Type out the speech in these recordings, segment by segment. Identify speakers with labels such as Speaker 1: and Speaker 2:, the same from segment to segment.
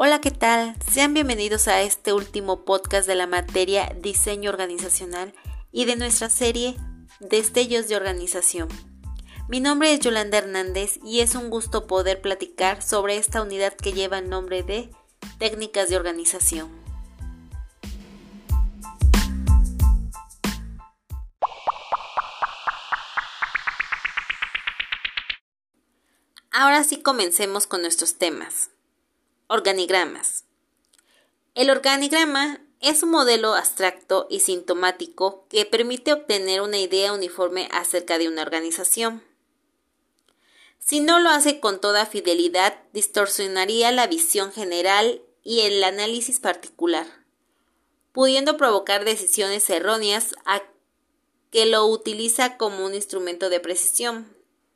Speaker 1: Hola, ¿qué tal? Sean bienvenidos a este último podcast de la materia Diseño Organizacional y de nuestra serie Destellos de Organización. Mi nombre es Yolanda Hernández y es un gusto poder platicar sobre esta unidad que lleva el nombre de Técnicas de Organización. Ahora sí comencemos con nuestros temas. Organigramas. El organigrama es un modelo abstracto y sintomático que permite obtener una idea uniforme acerca de una organización. Si no lo hace con toda fidelidad, distorsionaría la visión general y el análisis particular, pudiendo provocar decisiones erróneas a que lo utiliza como un instrumento de precisión.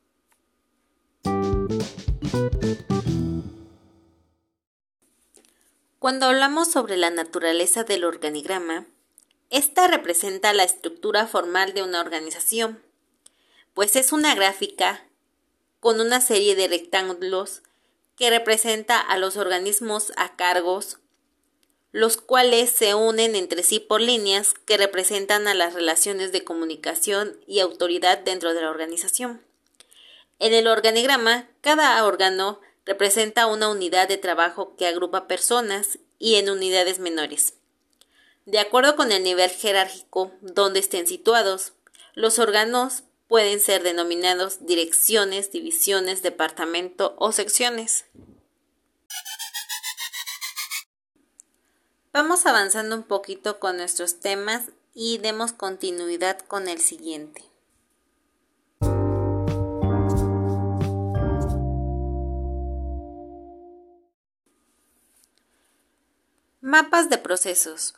Speaker 1: Cuando hablamos sobre la naturaleza del organigrama, esta representa la estructura formal de una organización, pues es una gráfica con una serie de rectángulos que representa a los organismos a cargos, los cuales se unen entre sí por líneas que representan a las relaciones de comunicación y autoridad dentro de la organización. En el organigrama, cada órgano representa una unidad de trabajo que agrupa personas y en unidades menores. De acuerdo con el nivel jerárquico donde estén situados, los órganos pueden ser denominados direcciones, divisiones, departamento o secciones. Vamos avanzando un poquito con nuestros temas y demos continuidad con el siguiente. Mapas de procesos.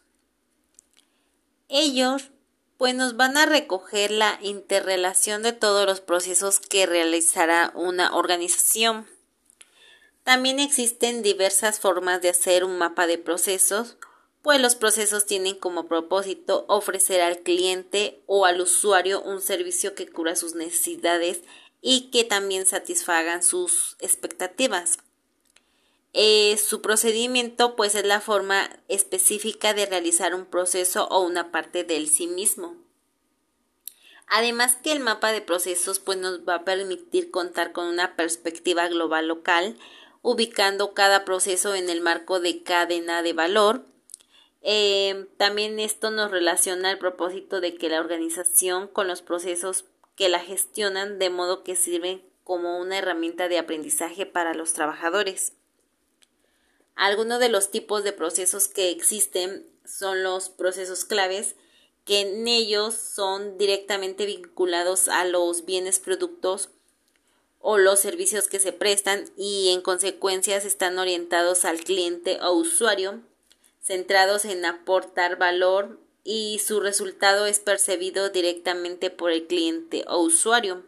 Speaker 1: Ellos pues nos van a recoger la interrelación de todos los procesos que realizará una organización. También existen diversas formas de hacer un mapa de procesos, pues los procesos tienen como propósito ofrecer al cliente o al usuario un servicio que cubra sus necesidades y que también satisfagan sus expectativas. Su procedimiento pues es la forma específica de realizar un proceso o una parte del sí mismo. Además que el mapa de procesos pues nos va a permitir contar con una perspectiva global local, ubicando cada proceso en el marco de cadena de valor. También esto nos relaciona al propósito de que la organización con los procesos que la gestionan, de modo que sirven como una herramienta de aprendizaje para los trabajadores. Algunos de los tipos de procesos que existen son los procesos claves, que en ellos son directamente vinculados a los bienes, productos o los servicios que se prestan y en consecuencia están orientados al cliente o usuario, centrados en aportar valor y su resultado es percibido directamente por el cliente o usuario.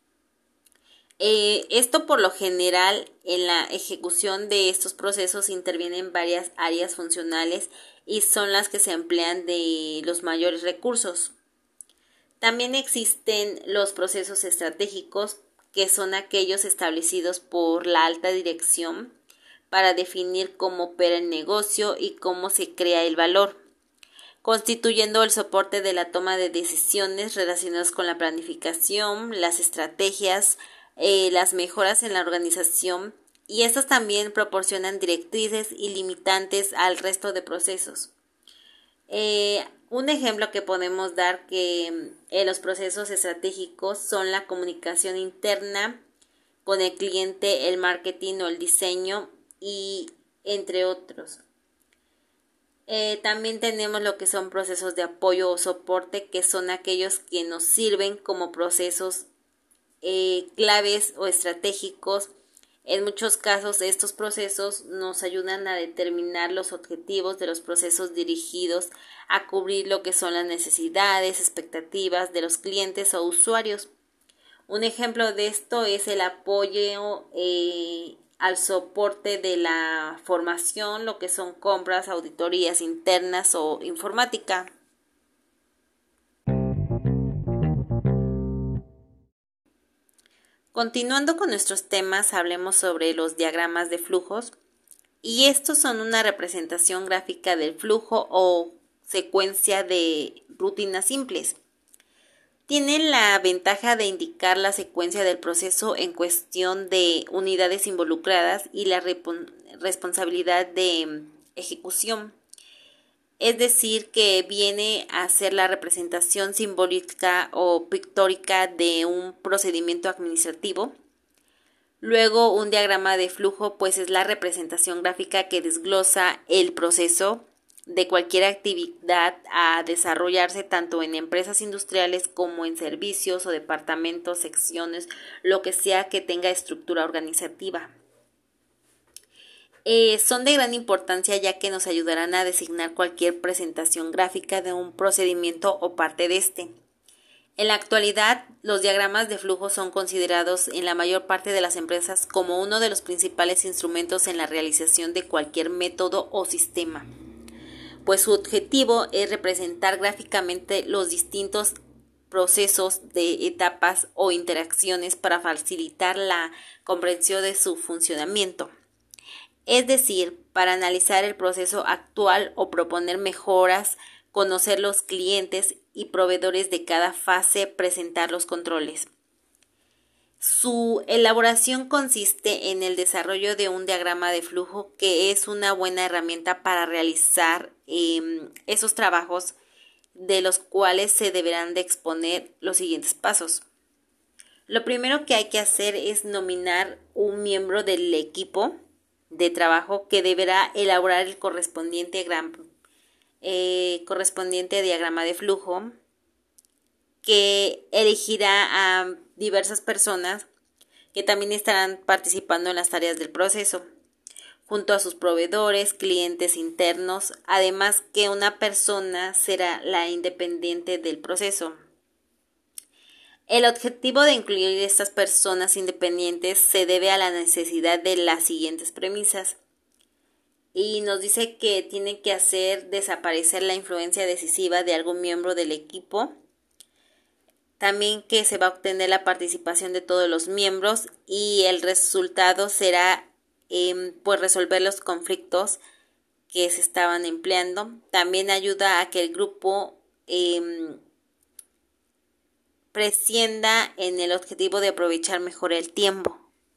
Speaker 1: Esto por lo general en la ejecución de estos procesos intervienen varias áreas funcionales y son las que se emplean de los mayores recursos. También existen los procesos estratégicos, que son aquellos establecidos por la alta dirección para definir cómo opera el negocio y cómo se crea el valor, constituyendo el soporte de la toma de decisiones relacionadas con la planificación, las estrategias, las mejoras en la organización, y estas también proporcionan directrices y limitantes al resto de procesos. Un ejemplo que podemos dar que los procesos estratégicos son la comunicación interna con el cliente, el marketing o el diseño y entre otros. También tenemos lo que son procesos de apoyo o soporte, que son aquellos que nos sirven como procesos claves o estratégicos. En muchos casos estos procesos nos ayudan a determinar los objetivos de los procesos dirigidos a cubrir lo que son las necesidades, expectativas de los clientes o usuarios. Un ejemplo de esto es el apoyo al soporte de la formación, lo que son compras, auditorías internas o informática. Continuando con nuestros temas, hablemos sobre los diagramas de flujos. y estos son una representación gráfica del flujo o secuencia de rutinas simples. Tienen la ventaja de indicar la secuencia del proceso en cuestión de unidades involucradas y la responsabilidad de ejecución. Es decir, que viene a ser la representación simbólica o pictórica de un procedimiento administrativo. Luego, un diagrama de flujo, pues es la representación gráfica que desglosa el proceso de cualquier actividad a desarrollarse tanto en empresas industriales como en servicios o departamentos, secciones, lo que sea que tenga estructura organizativa. Son de gran importancia ya que nos ayudarán a designar cualquier presentación gráfica de un procedimiento o parte de este. En la actualidad, los diagramas de flujo son considerados en la mayor parte de las empresas como uno de los principales instrumentos en la realización de cualquier método o sistema, pues su objetivo es representar gráficamente los distintos procesos de etapas o interacciones para facilitar la comprensión de su funcionamiento. Es decir, para analizar el proceso actual o proponer mejoras, conocer los clientes y proveedores de cada fase, presentar los controles. Su elaboración consiste en el desarrollo de un diagrama de flujo que es una buena herramienta para realizar esos trabajos, de los cuales se deberán de exponer los siguientes pasos. Lo primero que hay que hacer es nominar un miembro del equipo de trabajo que deberá elaborar el correspondiente diagrama de flujo, que elegirá a diversas personas que también estarán participando en las tareas del proceso, junto a sus proveedores, clientes internos, además que una persona será la independiente del proceso. El objetivo de incluir estas personas independientes se debe a la necesidad de las siguientes premisas. Y nos dice que tiene que hacer desaparecer la influencia decisiva de algún miembro del equipo. También que se va a obtener la participación de todos los miembros y el resultado será pues resolver los conflictos que se estaban empleando. También ayuda a que el grupo prescienda en el objetivo de aprovechar mejor el tiempo.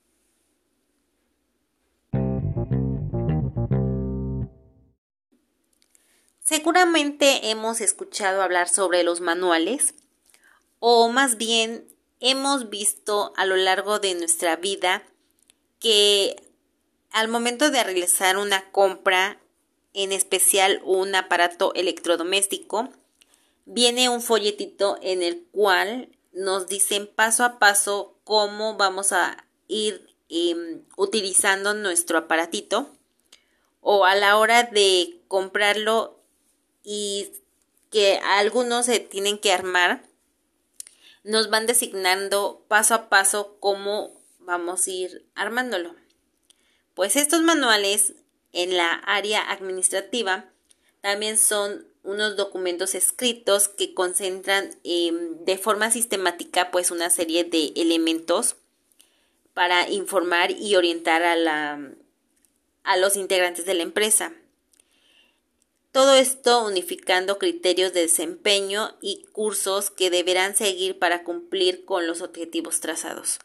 Speaker 1: Seguramente hemos escuchado hablar sobre los manuales, o más bien hemos visto a lo largo de nuestra vida que al momento de realizar una compra, en especial un aparato electrodoméstico, viene un folletito en el cual nos dicen paso a paso cómo vamos a ir utilizando nuestro aparatito, o a la hora de comprarlo y que algunos se tienen que armar, nos van designando paso a paso cómo vamos a ir armándolo. Pues estos manuales en la área administrativa también son unos documentos escritos que concentran de forma sistemática pues una serie de elementos para informar y orientar a los integrantes de la empresa. Todo esto unificando criterios de desempeño y cursos que deberán seguir para cumplir con los objetivos trazados.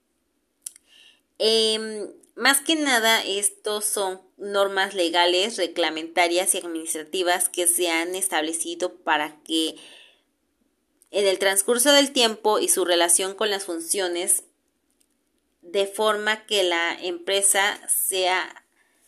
Speaker 1: Más que nada, estos son normas legales, reglamentarias y administrativas que se han establecido para que en el transcurso del tiempo y su relación con las funciones, de forma que la empresa sea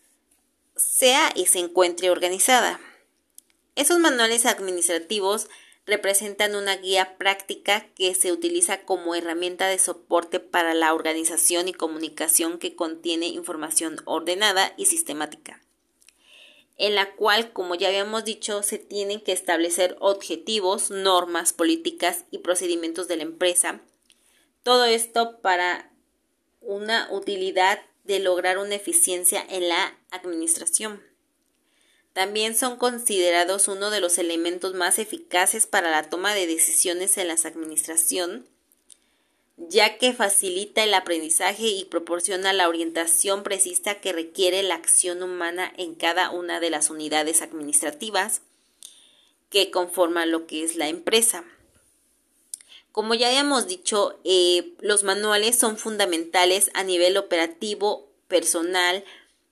Speaker 1: y se encuentre organizada. Esos manuales administrativos representan una guía práctica que se utiliza como herramienta de soporte para la organización y comunicación, que contiene información ordenada y sistemática, en la cual, como ya habíamos dicho, se tienen que establecer objetivos, normas, políticas y procedimientos de la empresa. Todo esto para una utilidad de lograr una eficiencia en la administración. También son considerados uno de los elementos más eficaces para la toma de decisiones en la administración, ya que facilita el aprendizaje y proporciona la orientación precisa que requiere la acción humana en cada una de las unidades administrativas que conforman lo que es la empresa. Como ya habíamos dicho, los manuales son fundamentales a nivel operativo, personal,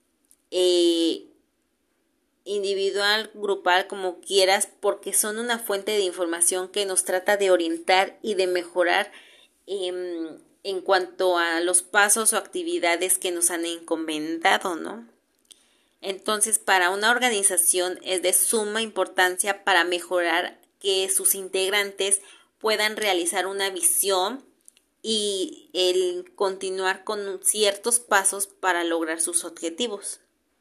Speaker 1: individual, grupal, como quieras, porque son una fuente de información que nos trata de orientar y de mejorar en cuanto a los pasos o actividades que nos han encomendado, ¿no? Entonces, para una organización es de suma importancia para mejorar que sus integrantes puedan realizar una visión y el continuar con ciertos pasos para lograr sus objetivos.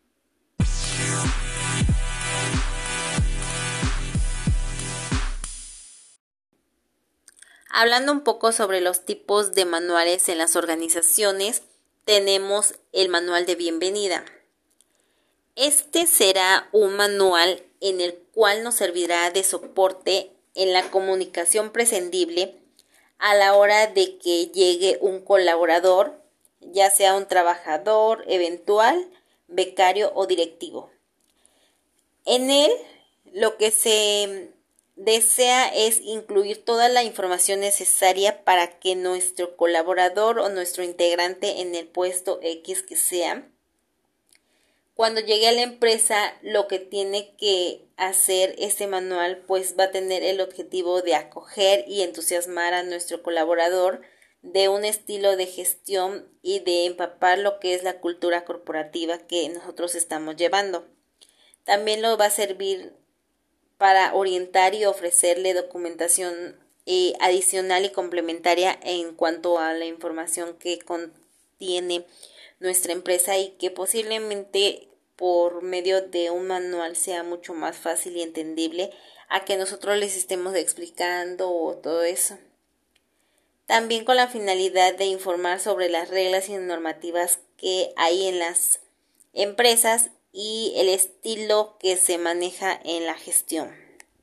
Speaker 1: Hablando un poco sobre los tipos de manuales en las organizaciones, tenemos el manual de bienvenida. Este será un manual en el cual nos servirá de soporte en la comunicación prescindible a la hora de que llegue un colaborador, ya sea un trabajador eventual, becario o directivo. En él, lo que se desea es incluir toda la información necesaria para que nuestro colaborador o nuestro integrante en el puesto X que sea, cuando llegue a la empresa, lo que tiene que hacer este manual pues va a tener el objetivo de acoger y entusiasmar a nuestro colaborador de un estilo de gestión y de empapar lo que es la cultura corporativa que nosotros estamos llevando. También lo va a servir para orientar y ofrecerle documentación adicional y complementaria en cuanto a la información que contiene nuestra empresa y que posiblemente por medio de un manual sea mucho más fácil y entendible a que nosotros les estemos explicando todo eso. También con la finalidad de informar sobre las reglas y normativas que hay en las empresas y el estilo que se maneja en la gestión.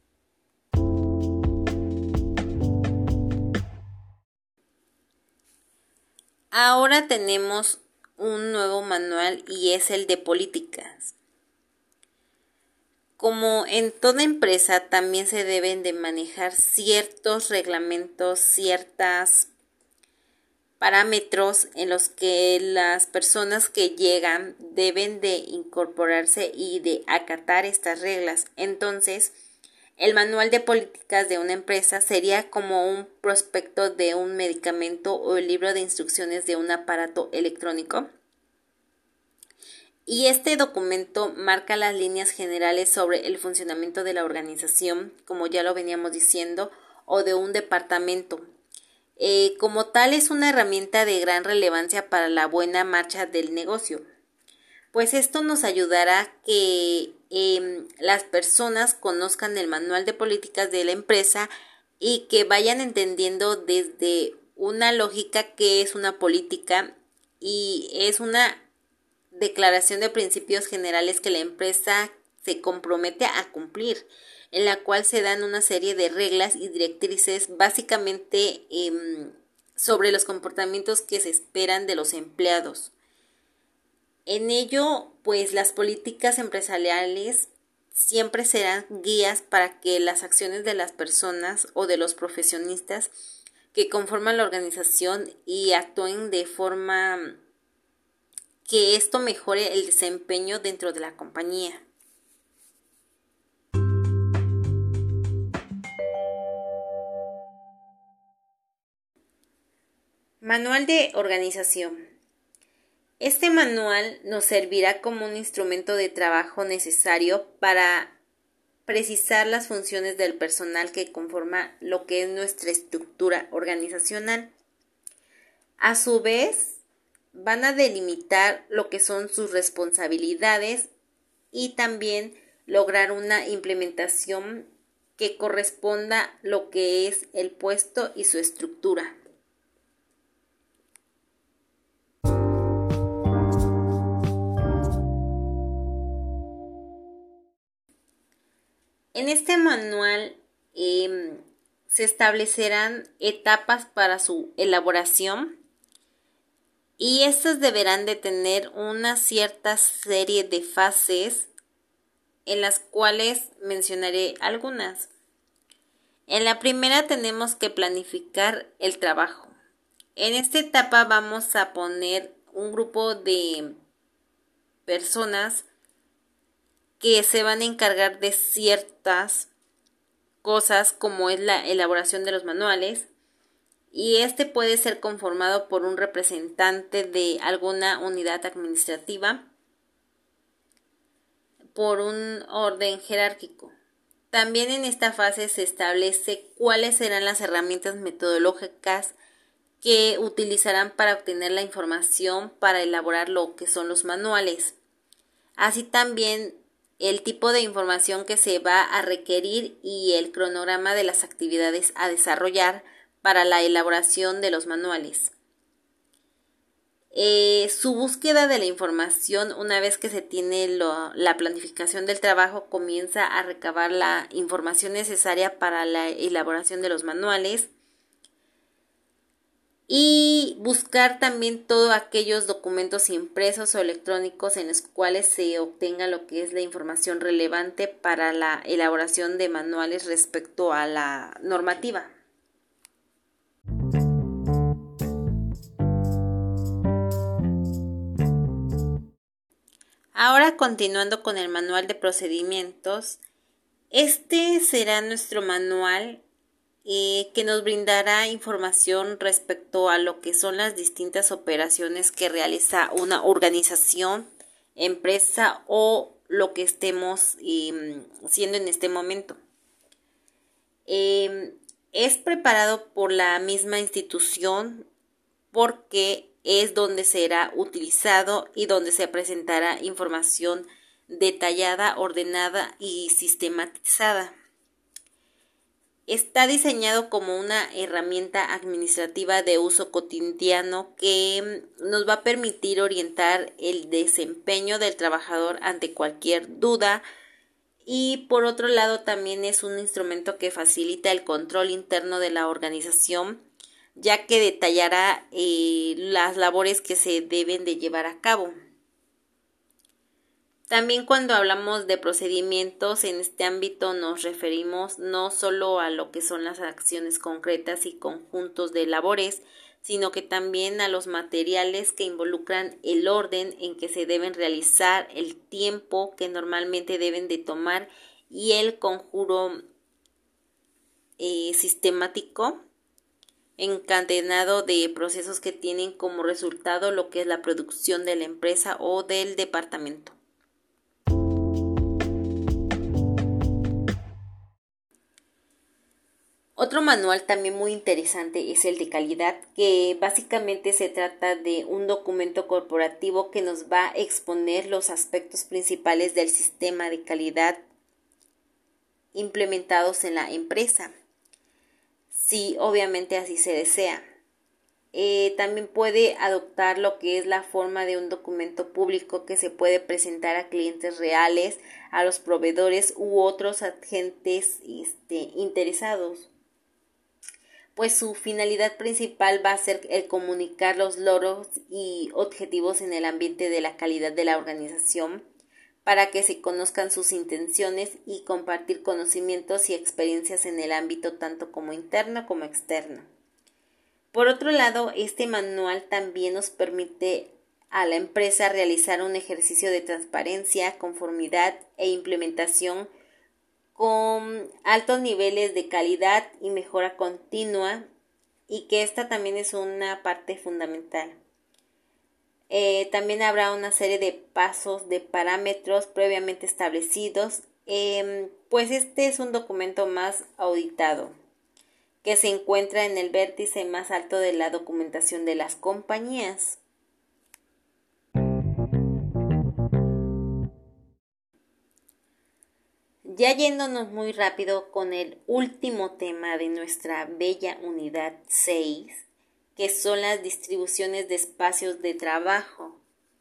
Speaker 1: Ahora tenemos un nuevo manual y es el de políticas. Como en toda empresa, también se deben de manejar ciertos reglamentos, ciertos parámetros en los que las personas que llegan deben de incorporarse y de acatar estas reglas. Entonces, el manual de políticas de una empresa sería como un prospecto de un medicamento o el libro de instrucciones de un aparato electrónico. Y este documento marca las líneas generales sobre el funcionamiento de la organización, como ya lo veníamos diciendo, o de un departamento. Como tal, es una herramienta de gran relevancia para la buena marcha del negocio. Pues esto nos ayudará a que las personas conozcan el manual de políticas de la empresa y que vayan entendiendo desde una lógica que es una política y es una declaración de principios generales que la empresa se compromete a cumplir, en la cual se dan una serie de reglas y directrices básicamente sobre los comportamientos que se esperan de los empleados. En ello, pues las políticas empresariales siempre serán guías para que las acciones de las personas o de los profesionistas que conforman la organización y actúen de forma que esto mejore el desempeño dentro de la compañía. Manual de organización. Este manual nos servirá como un instrumento de trabajo necesario para precisar las funciones del personal que conforma lo que es nuestra estructura organizacional. A su vez, van a delimitar lo que son sus responsabilidades y también lograr una implementación que corresponda lo que es el puesto y su estructura. En este manual se establecerán etapas para su elaboración y estas deberán de tener una cierta serie de fases en las cuales mencionaré algunas. En la primera tenemos que planificar el trabajo. En esta etapa vamos a poner un grupo de personas que se van a encargar de ciertas cosas como es la elaboración de los manuales y este puede ser conformado por un representante de alguna unidad administrativa por un orden jerárquico. También en esta fase se establece cuáles serán las herramientas metodológicas que utilizarán para obtener la información para elaborar lo que son los manuales. Así también el tipo de información que se va a requerir y el cronograma de las actividades a desarrollar para la elaboración de los manuales. Su búsqueda de la información, una vez que se tiene la planificación del trabajo, comienza a recabar la información necesaria para la elaboración de los manuales y buscar también todos aquellos documentos impresos o electrónicos en los cuales se obtenga lo que es la información relevante para la elaboración de manuales respecto a la normativa. Ahora continuando con el manual de procedimientos, este será nuestro manual que nos brindará información respecto a lo que son las distintas operaciones que realiza una organización, empresa o lo que estemos siendo en este momento. Es preparado por la misma institución porque es donde será utilizado y donde se presentará información detallada, ordenada y sistematizada. Está diseñado como una herramienta administrativa de uso cotidiano que nos va a permitir orientar el desempeño del trabajador ante cualquier duda y por otro lado también es un instrumento que facilita el control interno de la organización ya que detallará las labores que se deben de llevar a cabo. También cuando hablamos de procedimientos en este ámbito nos referimos no solo a lo que son las acciones concretas y conjuntos de labores, sino que también a los materiales que involucran el orden en que se deben realizar, el tiempo que normalmente deben de tomar y el conjuro sistemático encadenado de procesos que tienen como resultado lo que es la producción de la empresa o del departamento. Otro manual también muy interesante es el de calidad, que básicamente se trata de un documento corporativo que nos va a exponer los aspectos principales del sistema de calidad implementados en la empresa, si obviamente así se desea. También puede adoptar lo que es la forma de un documento público que se puede presentar a clientes reales, a los proveedores u otros agentes interesados. Pues su finalidad principal va a ser el comunicar los logros y objetivos en el ambiente de la calidad de la organización para que se conozcan sus intenciones y compartir conocimientos y experiencias en el ámbito tanto como interno como externo. Por otro lado, este manual también nos permite a la empresa realizar un ejercicio de transparencia, conformidad e implementación con altos niveles de calidad y mejora continua y que esta también es una parte fundamental. También habrá una serie de pasos de parámetros previamente establecidos, pues este es un documento más auditado que se encuentra en el vértice más alto de la documentación de las compañías. Ya yéndonos muy rápido con el último tema de nuestra bella unidad 6, que son las distribuciones de espacios de trabajo.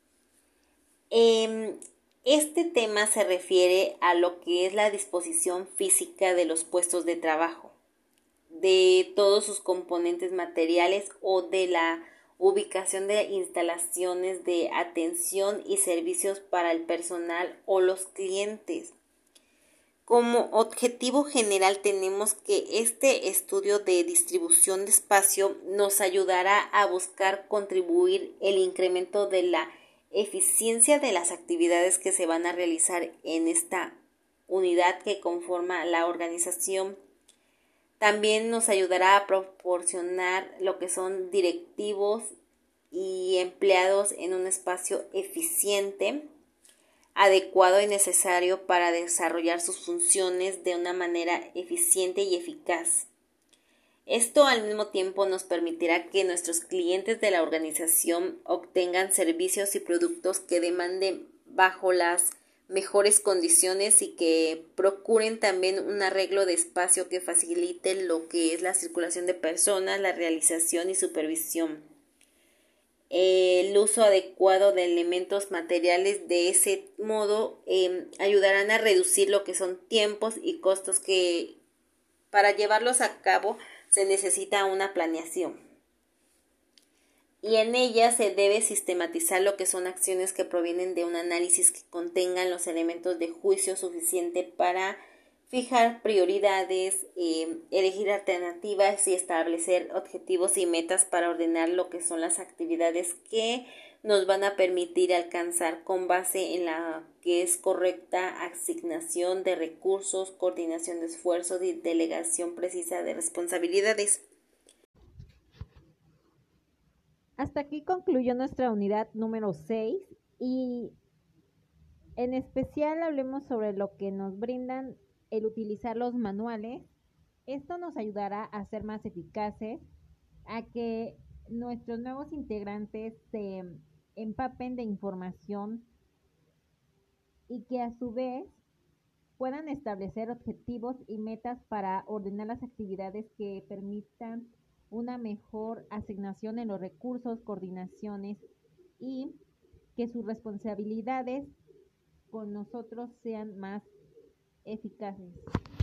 Speaker 1: Este tema se refiere a lo que es la disposición física de los puestos de trabajo, de todos sus componentes materiales o de la ubicación de instalaciones de atención y servicios para el personal o los clientes. Como objetivo general tenemos que este estudio de distribución de espacio nos ayudará a buscar contribuir el incremento de la eficiencia de las actividades que se van a realizar en esta unidad que conforma la organización. También nos ayudará a proporcionar lo que son directivos y empleados en un espacio eficiente, adecuado y necesario para desarrollar sus funciones de una manera eficiente y eficaz. Esto al mismo tiempo nos permitirá que nuestros clientes de la organización obtengan servicios y productos que demanden bajo las mejores condiciones y que procuren también un arreglo de espacio que facilite lo que es la circulación de personas, la realización y supervisión. El uso adecuado de elementos materiales de ese modo ayudarán a reducir lo que son tiempos y costos que para llevarlos a cabo se necesita una planeación. Y en ella se debe sistematizar lo que son acciones que provienen de un análisis que contengan los elementos de juicio suficiente para fijar prioridades, elegir alternativas y establecer objetivos y metas para ordenar lo que son las actividades que nos van a permitir alcanzar con base en la que es correcta asignación de recursos, coordinación de esfuerzos y delegación precisa de responsabilidades.
Speaker 2: Hasta aquí concluyó nuestra unidad número 6 y en especial hablemos sobre lo que nos brindan el utilizar los manuales. Esto nos ayudará a ser más eficaces, a que nuestros nuevos integrantes se empapen de información y que a su vez puedan establecer objetivos y metas para ordenar las actividades que permitan una mejor asignación en los recursos, coordinaciones y que sus responsabilidades con nosotros sean más eficaces.